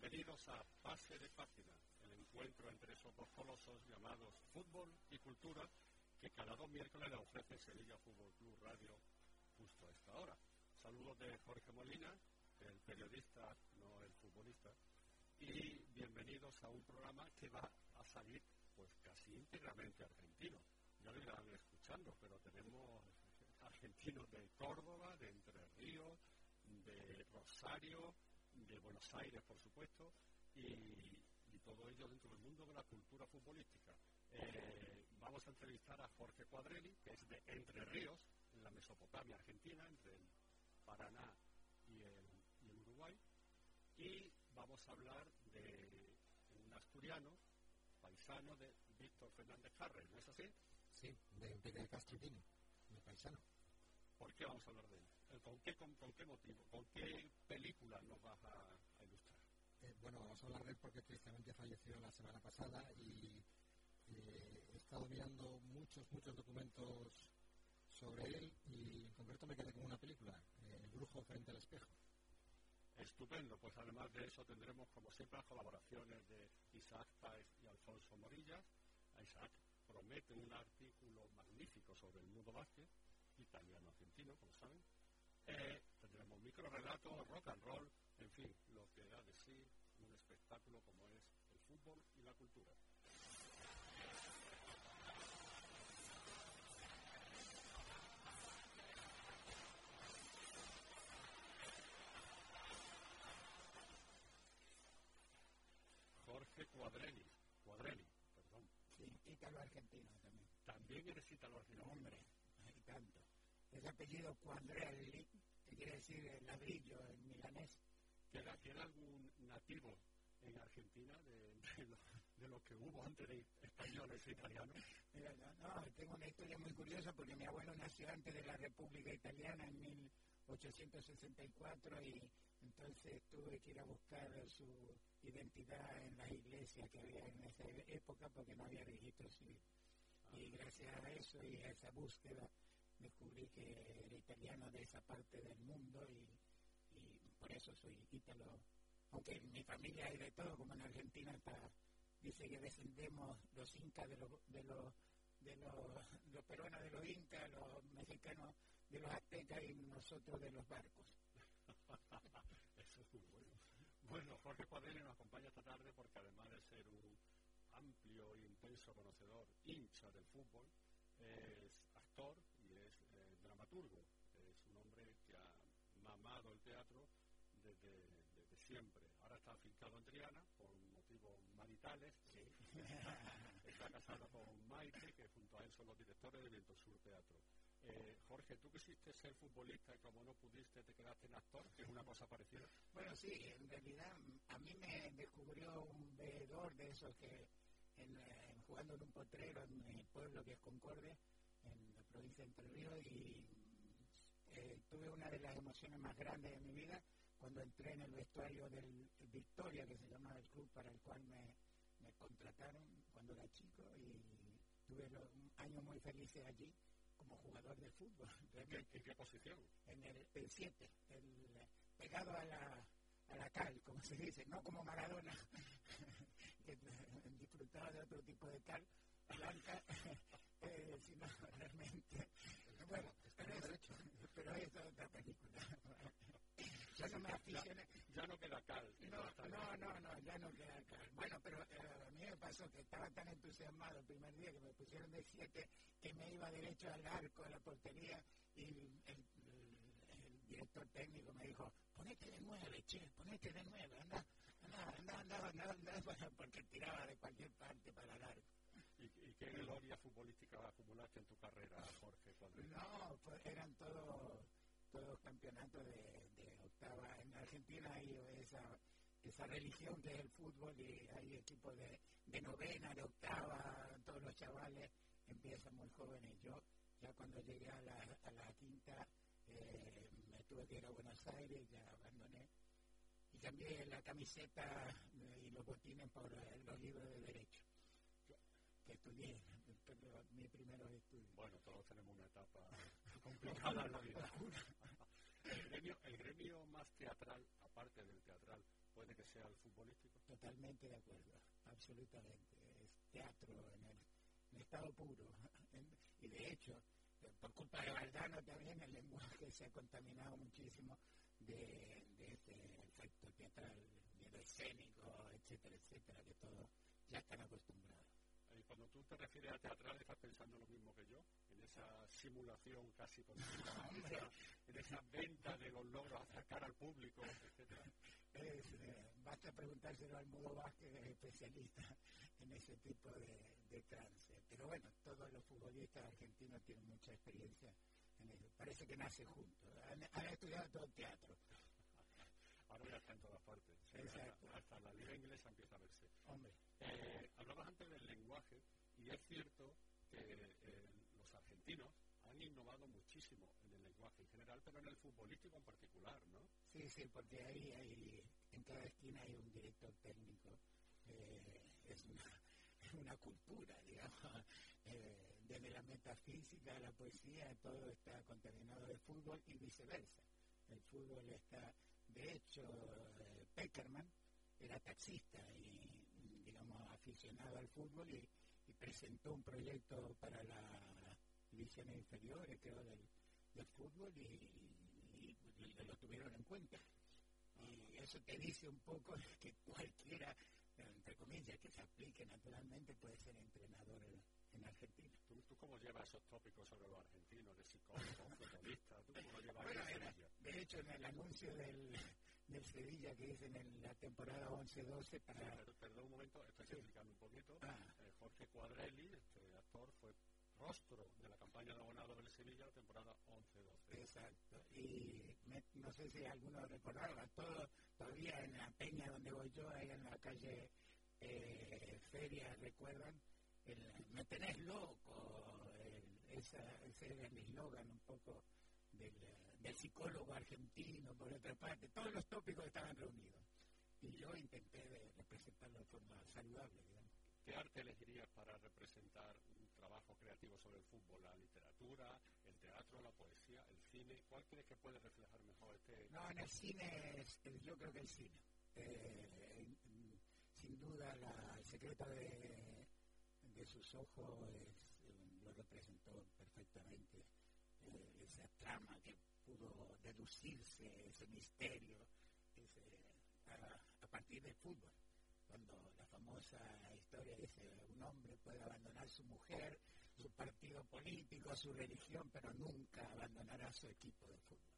Bienvenidos a Pase de Página, el encuentro entre esos dos colosos llamados fútbol y cultura que cada 2 miércoles le ofrece Sevilla Fútbol Club Radio justo a esta hora. Saludos de Jorge Molina, el periodista, no el futbolista, y bienvenidos a un programa que va a salir pues casi íntegramente argentino. Ya lo irán escuchando, pero tenemos argentinos de Córdoba, de Entre Ríos, de Rosario, de Buenos Aires, por supuesto, y todo ello dentro del mundo de la cultura futbolística. Vamos a entrevistar a Jorge Cuadrelli, que es de Entre Ríos, en la Mesopotamia argentina, entre el Paraná y el Uruguay, y vamos a hablar de un asturiano, paisano de Víctor Fernández Harrell, ¿no es así? Sí, de Enrique Castropini, mi paisano. ¿Por qué vamos a hablar de él? ¿Con qué motivo? ¿Con qué película nos vas a ilustrar? Bueno, vamos a hablar de él porque tristemente falleció la semana pasada y he estado mirando muchos documentos sobre él y en concreto me quedé con una película, El brujo frente al espejo. Estupendo, pues además de eso tendremos como siempre las colaboraciones de Isaac Páez y Alfonso Morillas. Isaac promete un artículo magnífico sobre el mundo básquet, italiano-argentino, como saben. Tendremos microrelatos, rock and roll, en fin, lo que da de sí un espectáculo como es el fútbol y la cultura. Jorge Cuadrelli, perdón. Sí, ítalo-argentino también. ¿También eres ítalo-argentino? Hombre, hay tanto. Es apellido Cuadrelli, que quiere decir ladrillo en milanés. ¿Queda algún nativo en Argentina de los que hubo antes de españoles e italianos? Mira, no, tengo una historia muy curiosa porque mi abuelo nació antes de la República Italiana en 1864 y entonces tuve que ir a buscar su identidad en las iglesias que había en esa época porque no había registro civil. Y gracias a eso y a esa búsqueda descubrí que era italiano de esa parte del mundo y por eso soy ítalo. Aunque en mi familia hay de todo, como en Argentina dice que descendemos los incas de los peruanos de los incas, los mexicanos de los aztecas y nosotros de los barcos. Eso es muy bueno. Bueno, Jorge Cuadrelli nos acompaña esta tarde porque además de ser un amplio e intenso conocedor, hincha del fútbol, es actor y es dramaturgo. Es un hombre que ha mamado el teatro desde siempre. Ahora está afincado en Triana por motivos maritales. Sí. Está casado con Maite, que junto a él son los directores de Viento Sur Teatro. Jorge, tú quisiste ser futbolista y como no pudiste te quedaste en actor, que es una cosa parecida. Bueno, sí, en realidad a mí me descubrió un veedor de esos que jugando en un potrero en mi pueblo que es Concordia, en la provincia de Entre Ríos, y tuve una de las emociones más grandes de mi vida cuando entré en el vestuario del Victoria, que se llamaba el club para el cual me contrataron cuando era chico, y tuve años muy felices allí como jugador de fútbol. ¿En qué posición? En el 7, pegado a la cal, como se dice, no como Maradona, que disfrutaba de otro tipo de cal blanca, sino realmente, bueno, pero eso es otra película. Ya no me aficioné. Ya no queda cal. No, ya no queda cal. Bueno, pero a mí me pasó que estaba tan entusiasmado el primer día que me pusieron de 7 que me iba derecho al arco, a la portería, y el director técnico me dijo, ponete de 9, ponete de 9, anda, porque tiraba de cualquier parte para el arco. ¿Y qué gloria futbolística acumulaste en tu carrera, Jorge? No, pues eran todos campeonatos de octava. En Argentina hay esa religión que es el fútbol y hay equipos de novena, de octava, todos los chavales empiezan muy jóvenes. Yo ya cuando llegué a la quinta me tuve que ir a Buenos Aires, ya abandoné y cambié la camiseta y los botines por los libros de derecho que estudié, mis primeros estudios. Bueno, todos tenemos una etapa complicada en la vida. El gremio más teatral, aparte del teatral, puede que sea el fútbol futbolístico? Totalmente de acuerdo, absolutamente. Es teatro en estado puro. Y de hecho, por culpa de Valdano también el lenguaje se ha contaminado muchísimo de este efecto teatral, miedo escénico, etcétera, etcétera, que todos ya están acostumbrados. Y cuando tú te refieres a teatral, ¿estás pensando lo mismo que yo? En esa simulación casi continua, en esa venta de los logros, acercar al público, etcétera. Basta preguntárselo al Mudo Vázquez, que es especialista en ese tipo de trance. Pero bueno, todos los futbolistas argentinos tienen mucha experiencia en eso. Parece que nacen juntos. Han estudiado todo el teatro. Ahora ya está en todas partes. Exacto. Hasta la liga inglesa empieza a verse. Hombre. Hablabas antes del lenguaje, y es cierto que los argentinos han innovado muchísimo en el lenguaje en general, pero en el futbolístico en particular, ¿no? Sí, sí, porque ahí en cada esquina hay un director técnico. Es una cultura, digamos. Desde la metafísica a la poesía, todo está contaminado de fútbol y viceversa. El fútbol está, de hecho, Peckerman era taxista y, digamos, aficionado al fútbol y presentó un proyecto para las divisiones inferiores, creo, del fútbol y lo tuvieron en cuenta. Y eso te dice un poco que cualquiera, entre comillas, que se aplique naturalmente, puede ser entrenador en Argentina. ¿Tú cómo llevas esos tópicos sobre los argentinos, de psicólogos, futbolistas? ¿Tú cómo lo llevas Bueno, en Sevilla? de hecho, en el anuncio del Sevilla que hice en la temporada 11-12 para... Sí, perdón un momento, estoy explicando un poquito. Jorge Cuadrelli, este actor, fue rostro de la campaña de abonado del Sevilla la temporada 11-12. Exacto. Y no sé si alguno recordaba, todavía en la peña donde voy yo, ahí en la calle Feria, ¿recuerdan? Me tenés loco. Ese era el eslogan un poco del psicólogo argentino, por otra parte. Todos los tópicos estaban reunidos. Y yo intenté representarlo de forma saludable, digamos. ¿Qué arte elegirías para representar un trabajo creativo sobre el fútbol? ¿La literatura, el teatro, la poesía, el cine? ¿Cuál crees que puede reflejar mejor este...? No, en el cine, yo creo que el cine. Sin duda, el secreto de sus ojos lo representó perfectamente. Esa trama que pudo deducirse, ese misterio, a partir del fútbol. Cuando la famosa historia dice, un hombre puede abandonar su mujer, su partido político, su religión, pero nunca abandonará su equipo de fútbol.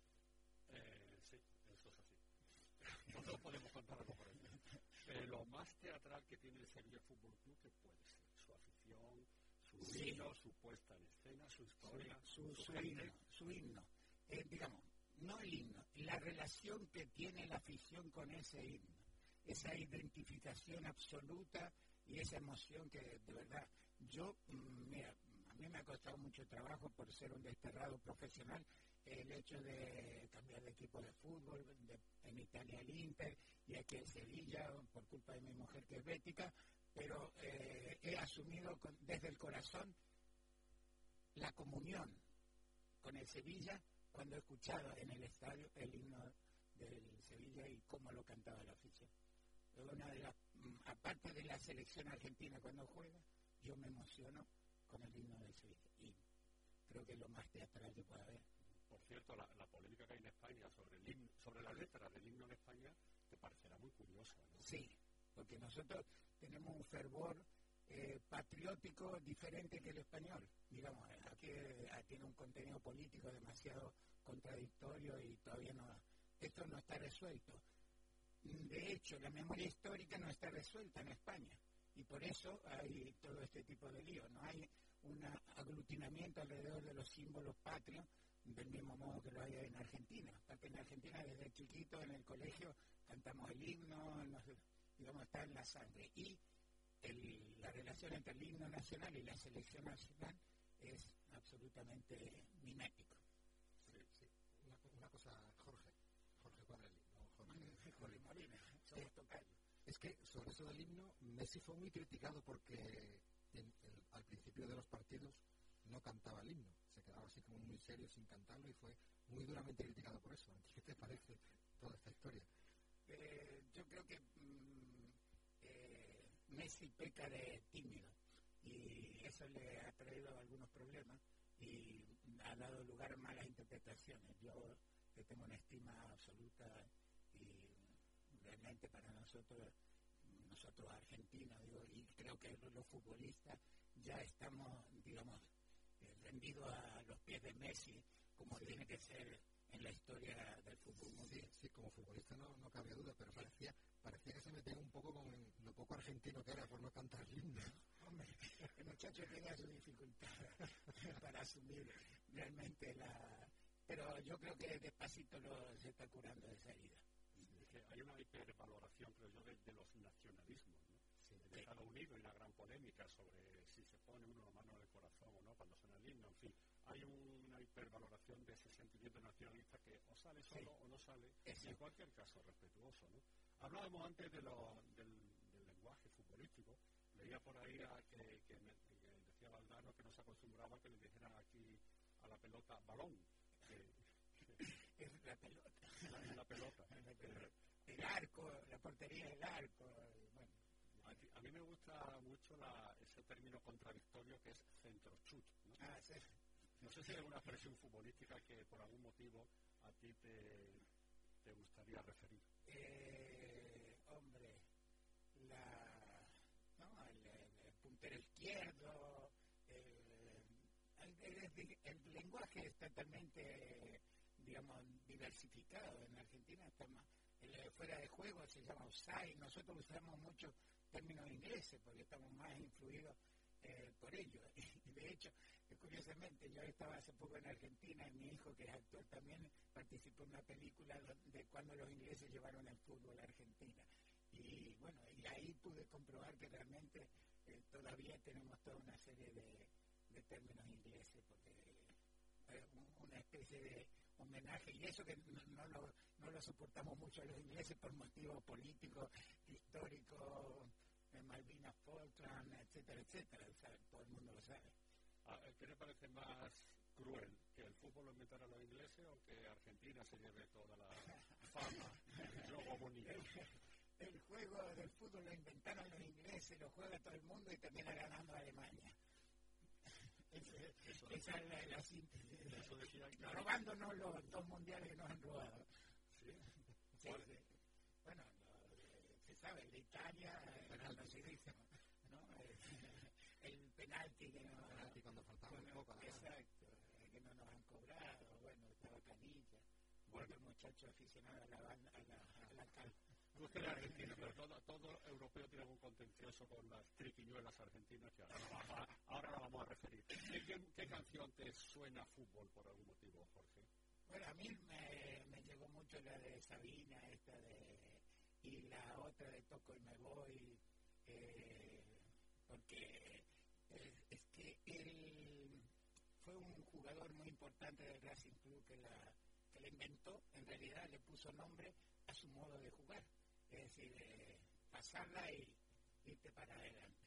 Sí, eso es así. Nosotros podemos contar algo por eso. Lo más teatral que tiene el Sevilla Fútbol Club, ¿qué puede ser? Su afición, su himno, su puesta en escena, su historia, su himno. Digamos, no el himno, la relación que tiene la afición con ese himno. Esa identificación absoluta y esa emoción que, de verdad, mira, a mí me ha costado mucho trabajo por ser un desterrado profesional, el hecho de cambiar de equipo de fútbol, en Italia el Inter y aquí el Sevilla, por culpa de mi mujer que es bética, pero he asumido desde el corazón la comunión con el Sevilla cuando he escuchado en el estadio el himno del Sevilla y cómo lo cantaba la afición. Una de aparte de la selección argentina cuando juega, yo me emociono con el himno del Sevilla y creo que es lo más teatral que puede haber. Por cierto, la polémica que hay en España sobre la letra del himno en España te parecerá muy curiosa, ¿no? Sí, porque nosotros tenemos un fervor patriótico diferente que el español. Digamos, aquí tiene un contenido político demasiado contradictorio y todavía esto no está resuelto. De hecho, la memoria histórica no está resuelta en España y por eso hay todo este tipo de lío. No hay un aglutinamiento alrededor de los símbolos patrios del mismo modo que lo hay en Argentina. Aparte, en Argentina, desde chiquito en el colegio cantamos el himno, digamos, está en la sangre. Y la relación entre el himno nacional y la selección nacional es absolutamente mimético. Sí. Una cosa, Jorge Cuadrelli, no Jorge Molina, somos tocayos. Es que sobre eso del himno, Messi fue muy criticado porque al principio de los partidos no cantaba el himno, se quedaba así como muy serio sin cantarlo y fue muy duramente criticado por eso. ¿Qué te parece toda esta historia? Yo creo que Messi peca de tímido y eso le ha traído algunos problemas y ha dado lugar a malas interpretaciones. Yo le tengo una estima absoluta y realmente para nosotros argentinos, digo, y creo que los futbolistas ya estamos, digamos, rendidos a los pies de Messi, como tiene que ser en la historia del fútbol mundial. Sí, como futbolista no cabe duda, pero parecía que se metía un poco con lo poco argentino que era por no cantar el himno. Hombre, el muchacho tenía su dificultad para asumir realmente pero yo creo que despacito se está curando de esa herida. Es que hay una hipervaloración, creo yo, de los nacionalismos, ¿no? Sí, de Estados Unidos y una gran polémica sobre si se pone uno la mano en el corazón o no cuando suena el himno, en fin. Hay una hipervaloración de ese sentimiento nacionalista que o sale solo o no sale, y en cualquier caso respetuoso, ¿no? Hablábamos antes del lenguaje futbolístico. Leía por ahí que decía Valdano que no se acostumbraba a que le dijeran aquí a la pelota balón. Es la pelota. La pelota. El arco, la portería del arco. Bueno. A mí me gusta mucho ese término contradictorio que es centrochut, ¿no? Sí. No sé si hay alguna expresión futbolística que por algún motivo a ti te gustaría referir. Hombre, el puntero izquierdo, el lenguaje es totalmente, digamos, diversificado. En Argentina está más, fuera de juego se llama offside. Nosotros usamos muchos términos ingleses porque estamos más influidos por ello. Y de hecho, curiosamente, yo estaba hace poco en Argentina y mi hijo, que es actor, también participó en una película de cuando los ingleses llevaron el fútbol a Argentina. Y bueno, y ahí pude comprobar que realmente todavía tenemos toda una serie de términos ingleses, porque una especie de homenaje, y eso que no lo soportamos mucho a los ingleses por motivos políticos, históricos, Malvinas, Falkland, etcétera, etcétera. O sea, todo el mundo lo sabe. ¿Qué le parece más cruel? ¿Que el fútbol lo inventaran los ingleses o que Argentina se lleve toda la fama, el logo bonito? El juego del fútbol lo inventaron los ingleses, lo juega todo el mundo y termina ganando Alemania. Esa es la síntesis. Robándonos los 2 mundiales que nos han robado. ¿Sí? Sí. Bueno, se sabe, el de Italia, no se dice, ¿no? El penalti que no... Penalti cuando faltaba un poco. Exacto, que no nos han cobrado, bueno, estaba Canilla. Bueno, el muchacho aficionado a la cal. Tú es que eres argentino, pero todo europeo tiene algún contencioso con las triquiñuelas argentinas que ahora la vamos a referir. ¿Qué canción te suena a fútbol por algún motivo, Jorge? Bueno, a mí me llegó mucho la de Sabina, y la otra de Toco y me voy, porque es que él fue un jugador muy importante del Racing Club que la inventó. En realidad le puso nombre a su modo de jugar, es decir, pasarla y irte para adelante.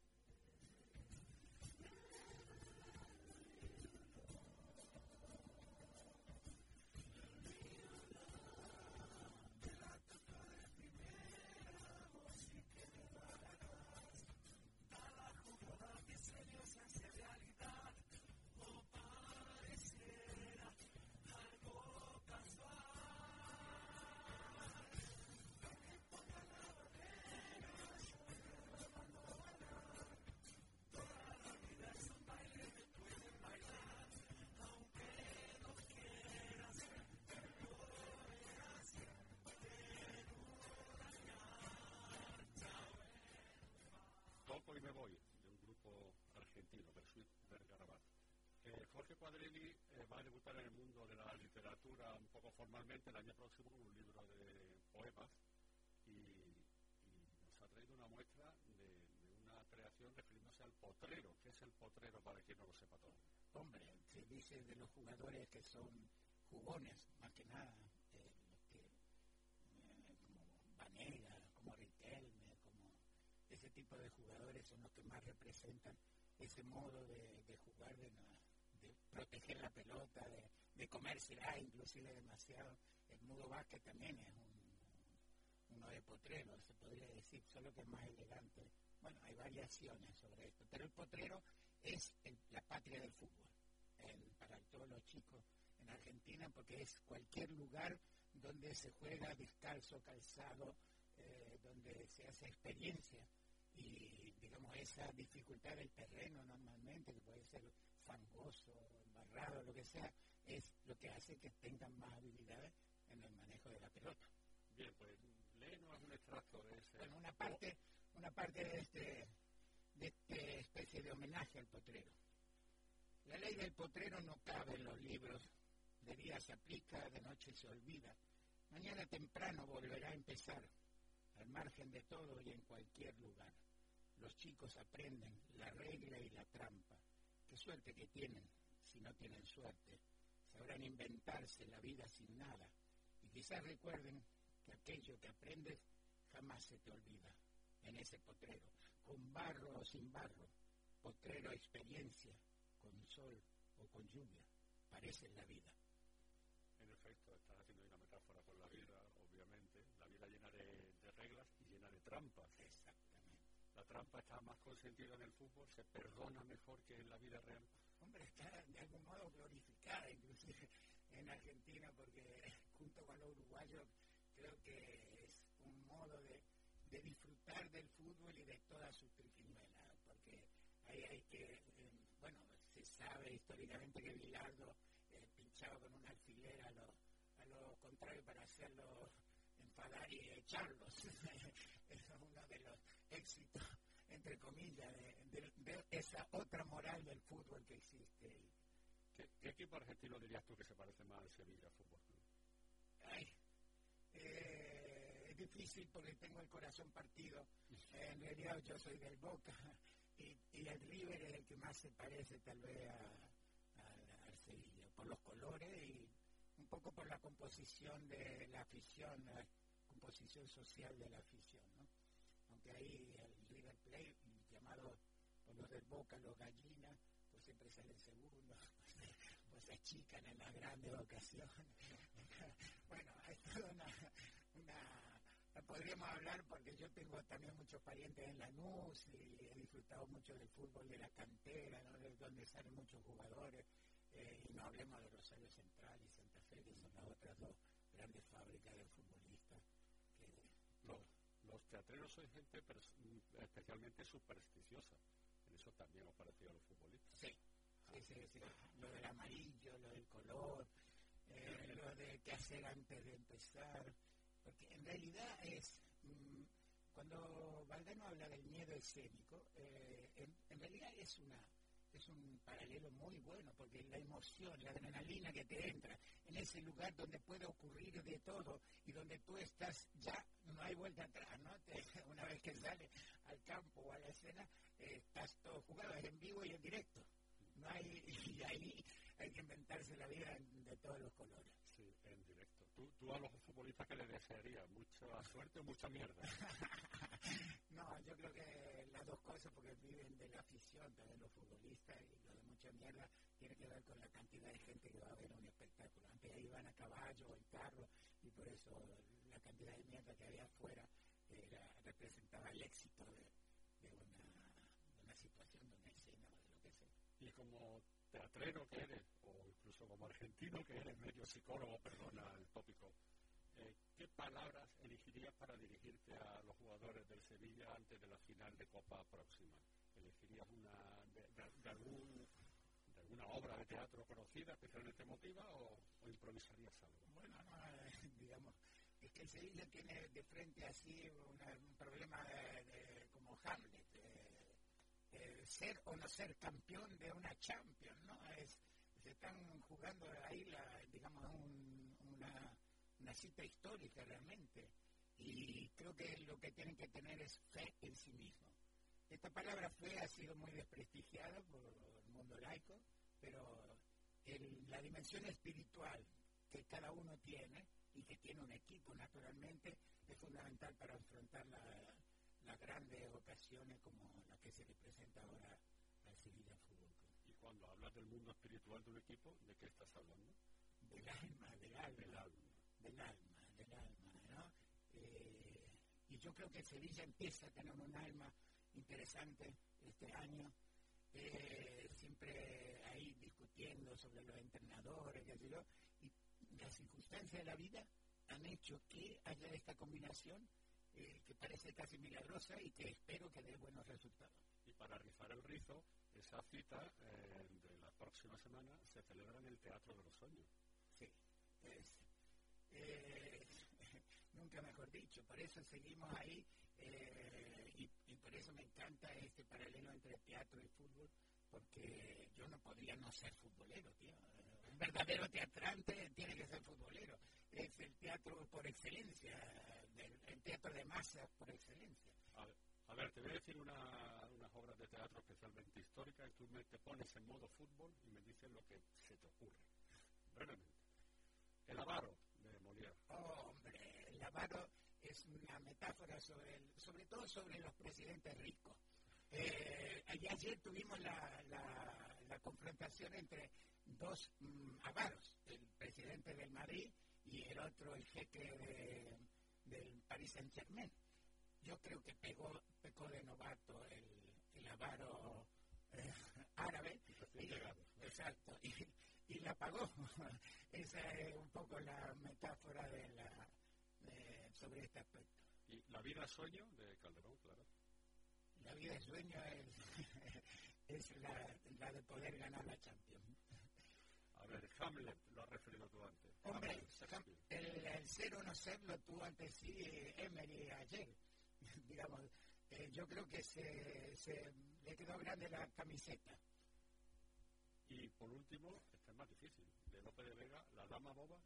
Toco y me voy, de un grupo argentino, Bersuit Vergarabat. Jorge Cuadrelli va a debutar en el mundo de la literatura un poco formalmente el año próximo con un libro de poemas y nos ha traído una muestra de una creación refiriéndose al potrero. ¿Qué es el potrero para quien no lo sepa todavía? Hombre, se dice de los jugadores que son jugones, más que nada, como Vanega, como Riquelme, como ese tipo de jugadores son los que más representan ese modo de jugar, de proteger la pelota, de comérsela inclusive demasiado. El Mudo Vázquez también es uno de potrero, se podría decir, solo que es más elegante. Bueno, hay variaciones sobre esto, pero el potrero es la patria del fútbol, para todos los chicos en Argentina, porque es cualquier lugar donde se juega descalzo, calzado, donde se hace experiencia y, digamos, esa dificultad del terreno normalmente, que puede ser fangoso, embarrado, lo que sea, es lo que hace que tengan más habilidades en el manejo de la pelota. Bien, pues léenos algún extracto de ese. Bueno, una parte de esta especie de homenaje al potrero. La ley del potrero no cabe en los libros. De día se aplica, de noche se olvida. Mañana temprano volverá a empezar, al margen de todo y en cualquier lugar. Los chicos aprenden la regla y la trampa. Qué suerte que tienen, si no tienen suerte. Sabrán inventarse la vida sin nada. Y quizás recuerden que aquello que aprendes jamás se te olvida. En ese potrero, con barro o sin barro, potrero experiencia, con sol o con lluvia, parece la vida. En efecto, estás haciendo una metáfora con la vida, obviamente, la vida llena de reglas y llena de trampas. Exactamente. La trampa está más consentida en el fútbol, se perdona mejor que en la vida real. Hombre, está de algún modo glorificada, inclusive en Argentina, porque junto con los uruguayos creo que es un modo de disfrutar del fútbol y de todas sus triquiñuelas, porque ahí hay que, bueno, se sabe históricamente que Bilardo pinchaba con un alfiler a lo contrario para hacerlo enfadar y echarlos. Es uno de los éxitos, entre comillas, de esa otra moral del fútbol que existe. ¿Qué equipo argentino dirías tú que se parece más al Sevilla Fútbol Club? Ay, es difícil porque tengo el corazón partido. En realidad yo soy del Boca y el River es el que más se parece tal vez al Sevilla, por los colores y un poco por la composición de la afición, la composición social de la afición, ¿no? Aunque ahí el River Plate, llamado por los del Boca los gallinas, pues siempre salen segundos, pues se achican en las grandes ocasiones. Bueno, hay toda podríamos hablar porque yo tengo también muchos parientes en Lanús y he disfrutado mucho del fútbol de la cantera, ¿no? De donde salen muchos jugadores, y no hablemos de Rosario Central y Santa Fe, que son las otras dos grandes fábricas de futbolistas. Los teatreros son gente especialmente supersticiosa, en eso también os parecía a los futbolistas. Sí. Lo del amarillo, lo del color, lo de qué hacer antes de empezar, porque en realidad es, cuando Valdano habla del miedo escénico, en realidad es un paralelo muy bueno, porque la emoción, la adrenalina que te entra en ese lugar donde puede ocurrir de todo y donde tú estás ya, no hay vuelta atrás, ¿no? Una vez que sales al campo o a la escena, estás todo jugado, es en vivo y en directo. No hay, y ahí hay que inventarse la vida de todos los colores. Sí, en directo. ¿Tú a los futbolistas qué les desearías? ¿Mucha suerte o mucha mierda? No, yo creo que las dos cosas, porque viven de la afición también los futbolistas, y lo de mucha mierda tiene que ver con la cantidad de gente que va a ver un espectáculo. Antes iban a caballo o en carro, y por eso la cantidad de mierda que había afuera representaba el éxito de una situación, de una escena o de lo que sea. Y como teatrero que eres, o incluso como argentino que eres, medio psicólogo, perdona el tópico, ¿qué palabras elegirías para dirigirte a los jugadores del Sevilla antes de la final de Copa próxima? ¿Elegirías una de alguna obra de teatro conocida, especialmente emotiva, o improvisarías algo? Bueno, no, digamos, es que el Sevilla tiene de frente así un problema como Hamlet, ser o no ser campeón de una Champions, ¿no? Se están jugando ahí, digamos, una cita histórica realmente, y creo que lo que tienen que tener es fe en sí mismo. Esta palabra fe ha sido muy desprestigiada por el mundo laico, pero la dimensión espiritual que cada uno tiene, y que tiene un equipo naturalmente, es fundamental para afrontar las grandes ocasiones como la que se le presenta ahora al Sevilla Fútbol Club. Y cuando hablas del mundo espiritual de un equipo, ¿de qué estás hablando? Del alma, ¿no? yo creo que Sevilla empieza a tener un alma interesante este año, siempre ahí discutiendo sobre los entrenadores, qué sé yo, y las circunstancias de la vida han hecho que haya esta combinación que parece casi milagrosa y que espero que dé buenos resultados. Y para rizar el rizo, esa cita de la próxima semana se celebra en el Teatro de los Sueños. Sí, nunca mejor dicho, por eso seguimos ahí y por eso me encanta este paralelo entre teatro y fútbol, porque yo no podría no ser futbolero, tío. Un verdadero teatrante tiene que ser futbolero. Es el teatro por excelencia, el teatro de masas por excelencia. A ver, te voy a decir unas obras de teatro especialmente históricas y tú te pones en modo fútbol y me dices lo que se te ocurre. Brevemente. El avaro de Molière. Oh, hombre, el avaro es una metáfora sobre todo sobre los presidentes ricos. Ayer tuvimos la confrontación entre dos avaros, el presidente del Madrid y el otro, el jeque del Paris Saint-Germain. Yo creo que pecó de novato el avaro árabe. Exacto. Y la pagó. Esa es un poco la metáfora sobre este aspecto. Y La vida sueño de Calderón, claro. La vida sueño es la de poder ganar la Champions. A ver, Hamlet, lo has referido tú antes. Hombre, el ser o no ser lo tuvo antes sí Emery ayer. Digamos, yo creo que se le quedó grande la camiseta. Y por último, esta es más difícil, de Lope de Vega, La dama boba.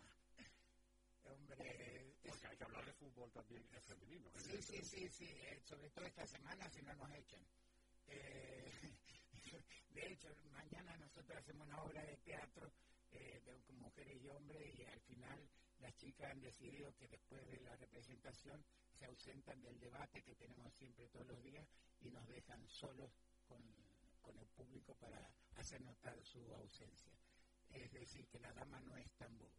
Hombre, porque hay que hablar de fútbol también en femenino. Sí, sobre todo esta semana si no nos echan. De hecho, mañana nosotros hacemos una obra de teatro con mujeres y hombres y al final las chicas han decidido que después de la representación se ausentan del debate que tenemos siempre todos los días y nos dejan solos con el público para hacer notar su ausencia. Es decir, que la dama no es tan boba.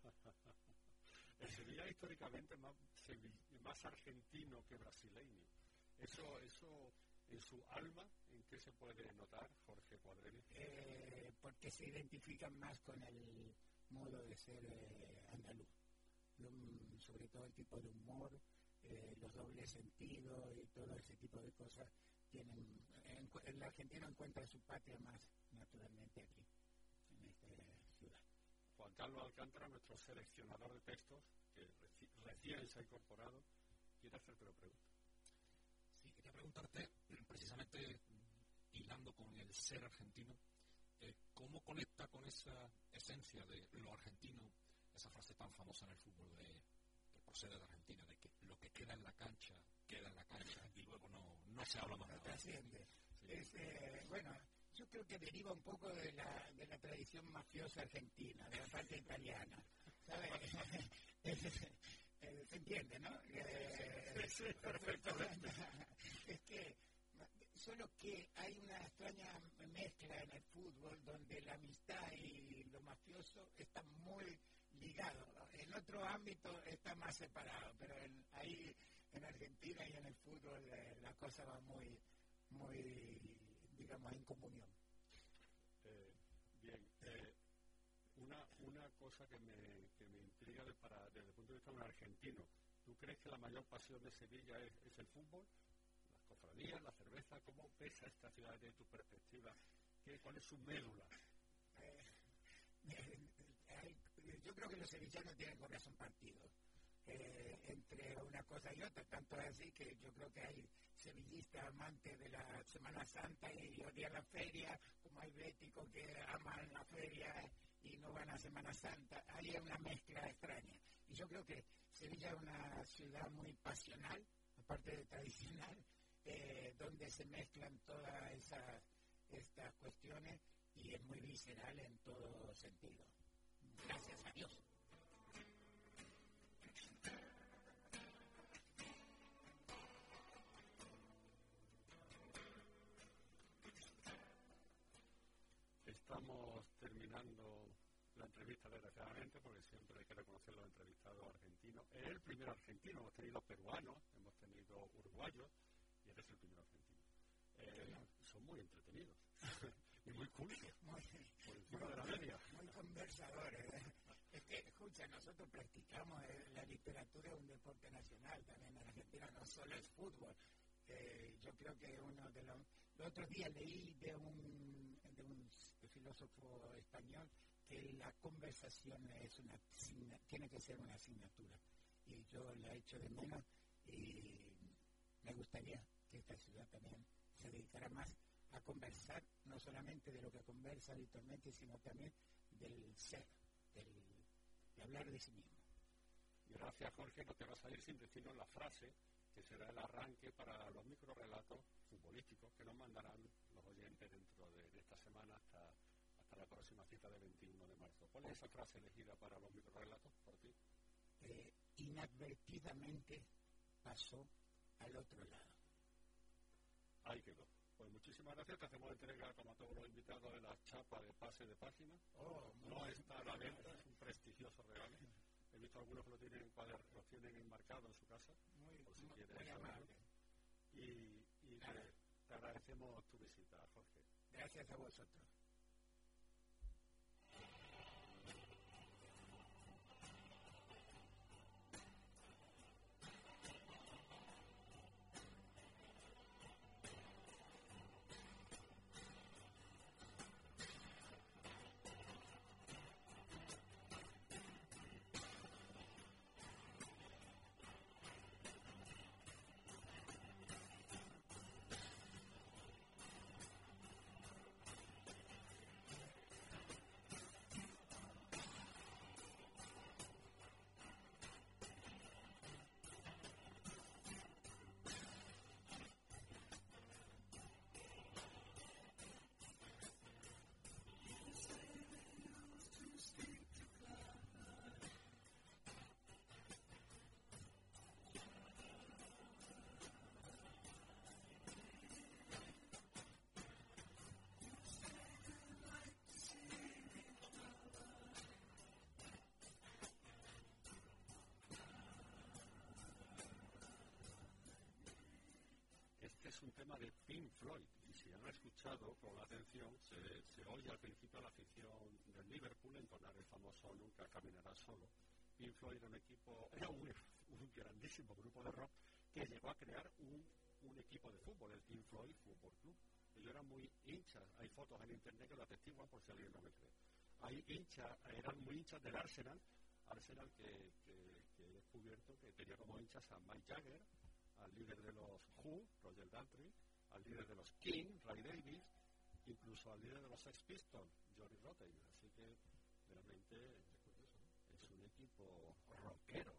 El Sevilla históricamente más argentino que brasileño. Eso en su alma, ¿en qué se puede notar, Jorge Cuadreri? Porque se identifican más con el modo de ser andaluz. Sobre todo el tipo de humor, los dobles sentidos y todo ese tipo de cosas. El argentino encuentra su patria más naturalmente aquí, en esta ciudad. Juan Carlos Alcántara, nuestro seleccionador de textos, que recién se ha incorporado, quiere hacerte una pregunta. Sí, quería preguntarte, precisamente hilando con el ser argentino, ¿cómo conecta con esa esencia de lo argentino, esa frase tan famosa en el fútbol que procede de Argentina, de que lo que queda en la cancha y luego no se habla más de trasciende. Sí. Bueno, yo creo que deriva un poco de la tradición mafiosa argentina, de la parte italiana, ¿sabes? Se entiende, ¿no? Sí, perfectamente. Es que solo que hay una extraña mezcla en el fútbol donde la amistad y lo mafioso están muy ligados, ¿no? En otro ámbito está más separado, pero ahí en Argentina y en el fútbol la cosa va muy, digamos, en comunión. Bien, una cosa que me intriga desde el punto de vista de un argentino. ¿Tú crees que la mayor pasión de Sevilla es el fútbol? ¿Las cofradías, la cerveza? ¿Cómo pesa esta ciudad desde tu perspectiva? ¿Cuál es su médula? Yo creo que los sevillanos tienen corazón partido entre una cosa y otra, tanto es así que yo creo que hay sevillistas amantes de la Semana Santa y odian la feria, como hay béticos que aman la feria y no van a Semana Santa. Hay una mezcla extraña y yo creo que Sevilla es una ciudad muy pasional, aparte de tradicional, donde se mezclan todas estas cuestiones y es muy visceral en todo sentido. Gracias a Dios. Estamos terminando la entrevista, desgraciadamente, porque siempre hay que reconocer los entrevistados argentinos. Es el primer argentino, hemos tenido peruanos, hemos siendo uruguayos y eres el primero argentino. Son muy entretenidos y muy cultos, por encima de la media. Muy conversadores. Es que, escucha, nosotros practicamos la literatura, es un deporte nacional también en Argentina, no solo es fútbol. Yo creo que uno de los otros días leí de un filósofo español que la conversación tiene que ser una asignatura, y yo la echo de menos, y me gustaría que esta ciudad también se dedicara más a conversar, no solamente de lo que conversa habitualmente, sino también del ser, de hablar de sí mismo. Gracias, Jorge. No te vas a ir sin decirnos la frase que será el arranque para los microrelatos futbolísticos que nos mandarán los oyentes dentro de esta semana hasta la próxima cita del 21 de marzo. ¿Cuál es esa frase elegida para los microrelatos por ti? Inadvertidamente pasó al otro lado. Ahí quedó. Pues muchísimas gracias. Te hacemos entrega, como a todos los invitados, de la chapa de pase de página. No está a la venta, es un prestigioso regalo. He visto algunos que los tienen enmarcados en su casa. Por si quieres. Muy amable. Y te agradecemos tu visita, Jorge. Gracias a vosotros. Es un tema de Pink Floyd, y si han escuchado con atención, se oye al principio la afición del Liverpool entonar el famoso Nunca caminarás solo. Pink Floyd era un grandísimo grupo de rock que llegó a crear un equipo de fútbol, el Pink Floyd Football Club. Ellos eran muy hinchas, hay fotos en internet que lo atestiguan por si alguien no me cree. Eran muy hinchas del Arsenal que he descubierto que tenía como hinchas a Mike Jagger, al líder de los Who, Roger Daltrey, al líder de los King, Ray Davies, incluso al líder de los Sex Pistols, Johnny Rotten. Así que realmente es un equipo rockero.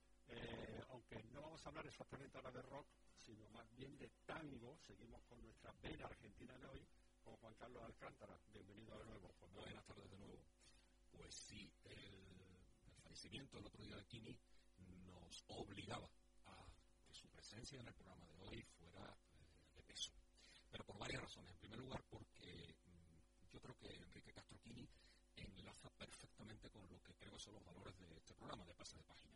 Aunque no vamos a hablar exactamente ahora de rock, sino más bien de tango, seguimos con nuestra vena argentina de hoy, con Juan Carlos Alcántara. Bienvenido de nuevo. Buenas tardes de nuevo. Pues sí, el fallecimiento el otro día de Kini nos obligaba su presencia en el programa de hoy fuera de peso, pero por varias razones. En primer lugar, porque yo creo que Enrique Castro Kini enlaza perfectamente con lo que creo que son los valores de este programa de Pase de Página.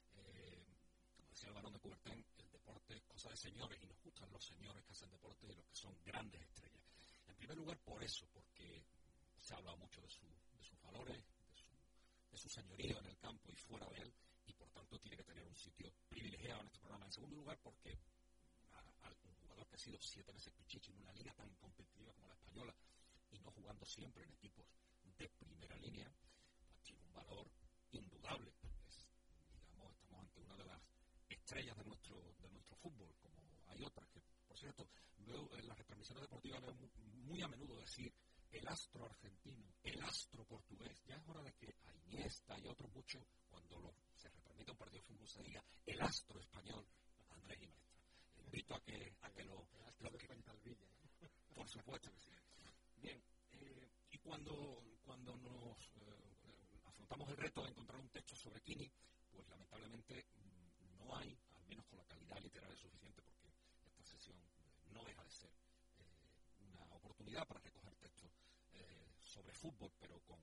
Como decía el Barón de Coubertin, el deporte es cosa de señores, y nos gustan los señores que hacen deporte y los que son grandes estrellas. En primer lugar, por eso, porque se habla mucho de sus valores, de su señorío en el campo y fuera de él, y por tanto tiene que tener un sitio privilegiado en este programa. En segundo lugar, porque un jugador que ha sido 7 veces Pichichi en una liga tan competitiva como la española y no jugando siempre en equipos de primera línea, pues tiene un valor indudable. Estamos ante una de las estrellas de nuestro fútbol, como hay otras que, por cierto, veo en las retransmisiones deportivas muy a menudo decir el astro argentino, el astro portugués. Ya es hora de que a Iniesta y a otros muchos, cuando se retransmite un partido de fútbol, se diga el astro español, Andrés Iniesta. Invito a que lo que por supuesto que sí. Bien, y cuando nos afrontamos el reto de encontrar un texto sobre Kini, pues lamentablemente no hay, al menos con la calidad literaria suficiente, porque esta sesión no deja de ser una oportunidad para recoger textos sobre fútbol, pero con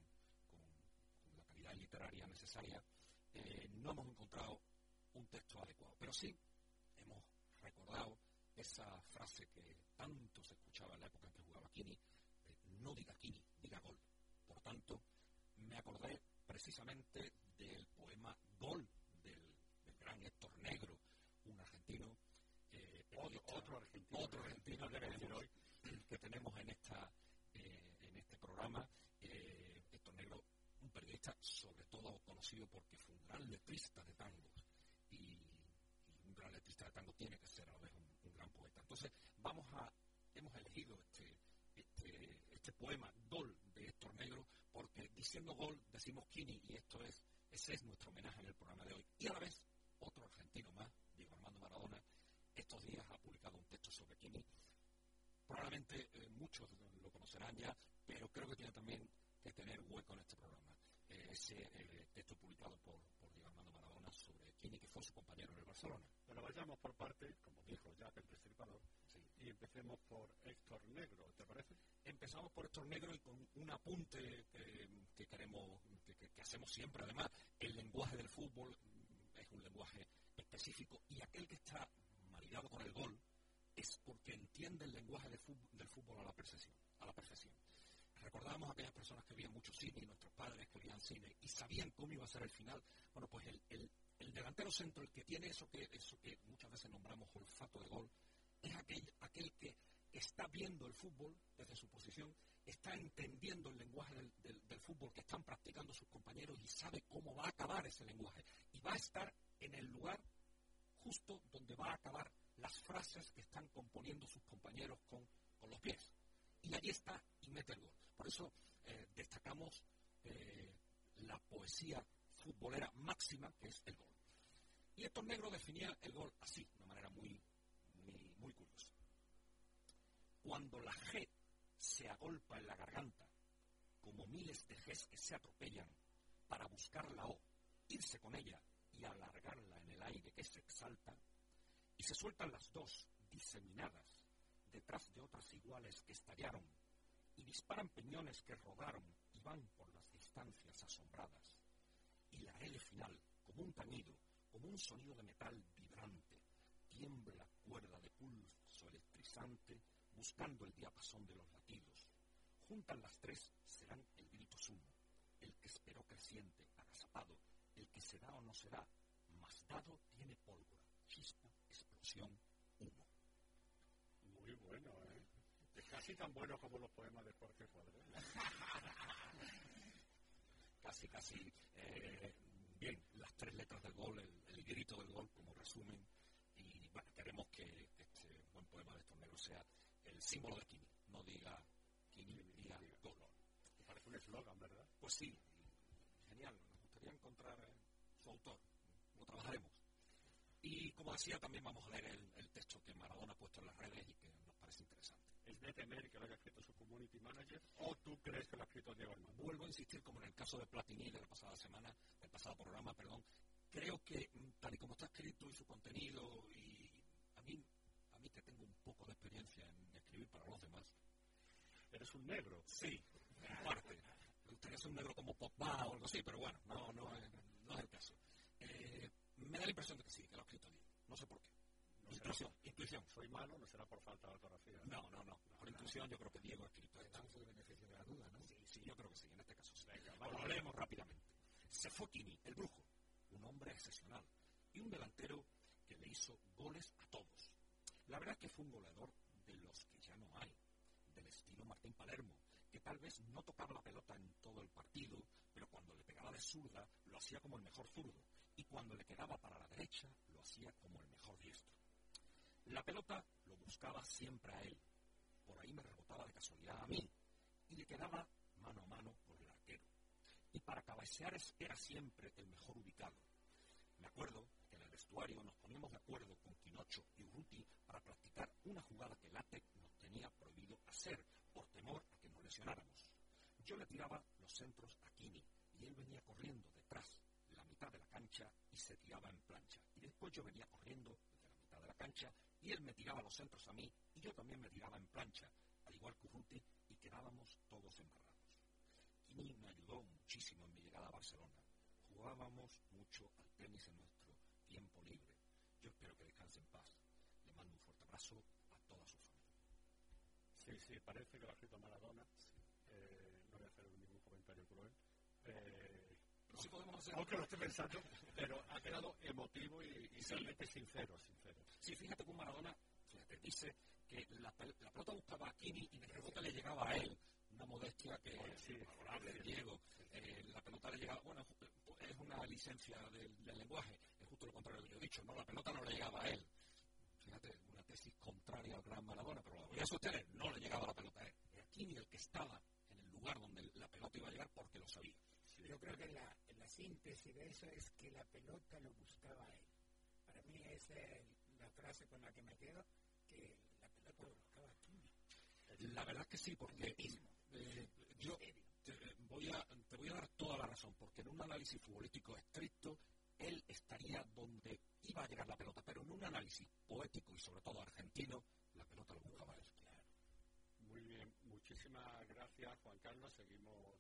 la calidad literaria necesaria. No hemos encontrado un texto adecuado, pero sí hemos recordado esa frase que tanto se escuchaba en la época en que jugaba Kini, no diga Kini, diga gol. Por tanto, me acordé precisamente del poema Gol del gran Héctor Negro, un argentino, otro argentino que tenemos en este programa. Héctor Negro, un periodista sobre todo conocido porque fue un gran letrista de tango, y un gran letrista de tango tiene que ser a la vez un gran poeta. Entonces hemos elegido este poema Gol de Héctor Negro porque diciendo gol decimos Kini, y ese es nuestro homenaje en el programa de hoy. Y a la vez otro argentino más, Diego Armando Maradona, estos días ha publicado un texto sobre Kini. Probablemente muchos lo conocerán ya, pero creo que tiene también que tener hueco en este programa. Ese texto publicado por Diego Armando Maradona sobre Kini, que fue su compañero en el Barcelona. Pero vayamos por parte, como dijo Jack el Destripador, Sí. y empecemos por Héctor Negro, ¿te parece? Empezamos por Héctor Negro y con un apunte que queremos, que hacemos siempre. Además, el lenguaje del fútbol es un lenguaje específico, y aquel que está maridado con el gol es porque entiende el lenguaje del fútbol a la perfección. Recordábamos a aquellas personas que veían mucho cine, y nuestros padres que veían cine y sabían cómo iba a ser el final. Bueno, pues el delantero centro, el que tiene eso que muchas veces nombramos olfato de gol, es aquel que está viendo el fútbol desde su posición, está entendiendo el lenguaje del fútbol que están practicando sus compañeros y sabe cómo va a acabar ese lenguaje. Y va a estar en el lugar justo donde va a acabar las frases que están componiendo sus compañeros con los pies. Y allí está y mete el gol. Por eso destacamos la poesía futbolera máxima, que es el gol. Y Héctor Negro definía el gol así, de una manera muy curiosa. Cuando la G se agolpa en la garganta, como miles de Gs que se atropellan para buscar la O, irse con ella y alargarla en el aire que se exalta, y se sueltan las dos diseminadas detrás de otras iguales que estallaron, y disparan peñones que rodaron y van por las distancias asombradas, y la L final, como un tañido, como un sonido de metal vibrante, tiembla cuerda de pulso electrizante, buscando el diapasón de los latidos. Juntan las tres, serán el grito sumo, el que esperó creciente, agazapado, el que será o no será, mas dado tiene pólvora, chispa, explosión, humo. Muy bueno, ¿eh? Es casi tan bueno como los poemas de Jorge Cuadrés. Casi. Bien, las tres letras del gol, el grito del gol como resumen. Y bueno, queremos que este buen poema de Héctor Negro sea el símbolo de Kini. No diga Kini, diga gol. Me parece un eslogan, ¿verdad? Pues sí, genial. Nos gustaría encontrar su autor. Lo trabajaremos. Y como decía, también vamos a leer el texto que Maradona ha puesto en las redes y que nos parece interesante. ¿Es de temer que lo haya escrito su community manager o tú crees que lo ha escrito Diego Armando? Vuelvo a insistir, como en el caso de Platini de la pasada semana, del pasado programa, creo que tal y como está escrito y su contenido, y a mí que tengo un poco de experiencia en escribir para los demás. ¿Eres un negro? Sí, en parte. Me gustaría ser un negro como Pogba o algo así, pero bueno, no es el caso. Me da la impresión de que sí, que lo ha escrito bien. No sé por qué. Intuición. Soy malo, no será por falta de ortografía. No. Por intuición yo creo que Diego ha escrito esto. Damos el beneficio de la duda, ¿no? Sí, yo creo que sí, en este caso sí. Venga, Lo leemos rápidamente. Se fue Kini, el brujo, un hombre excepcional y un delantero que le hizo goles a todos. La verdad es que fue un goleador de los que ya no hay, del estilo Martín Palermo, que tal vez no tocaba la pelota en todo el partido, pero cuando le pegaba de zurda lo hacía como el mejor zurdo, y cuando le quedaba para la derecha lo hacía como el mejor diestro. La pelota lo buscaba siempre a él, por ahí me rebotaba de casualidad a mí, y le quedaba mano a mano por el arquero. Y para cabecear era siempre el mejor ubicado. Me acuerdo que en el vestuario nos poníamos de acuerdo con Quinocho y Urruti para practicar una jugada que Late nos tenía prohibido hacer, por temor a que nos lesionáramos. Yo le tiraba los centros a Kini, y él venía corriendo detrás, la mitad de la cancha, y se tiraba en plancha. Y después yo venía corriendo desde la mitad de la cancha, y él me tiraba los centros a mí, y yo también me tiraba en plancha, al igual que Urruti, y quedábamos todos embarrados. Kini me ayudó muchísimo en mi llegada a Barcelona. Jugábamos mucho al tenis en nuestro tiempo libre. Yo espero que descanse en paz. Le mando un pasó a toda su familia. Sí, parece que lo ha escrito Maradona. No voy a hacer ningún comentario cruel. Pero sí podemos hacer... Aunque lo estoy pensando, pero ha quedado emotivo y realmente sincero. Sí, fíjate que Maradona, dice que la pelota buscaba a Kini y el rebote le llegaba a él. Una modestia que es valorable, Diego. La pelota le llegaba... Bueno, es una licencia del lenguaje. Es justo lo contrario de lo que yo he dicho. No, la pelota no le llegaba a él. Fíjate, una tesis contraria al gran Maradona, pero la voy a sostener. No le llegaba la pelota a él. Era Kini el que estaba en el lugar donde la pelota iba a llegar porque lo sabía. Sí. Yo creo que la síntesis de eso es que la pelota lo buscaba a él. Para mí esa es la frase con la que me quedo, que la pelota lo buscaba a Kini. La verdad que sí, porque yo te voy a dar toda la razón, porque en un análisis futbolístico estricto, él estaría donde iba a llegar la pelota, pero en un análisis poético y sobre todo argentino, la pelota lo buscaba él. Claro. Muy bien, muchísimas gracias, Juan Carlos. Seguimos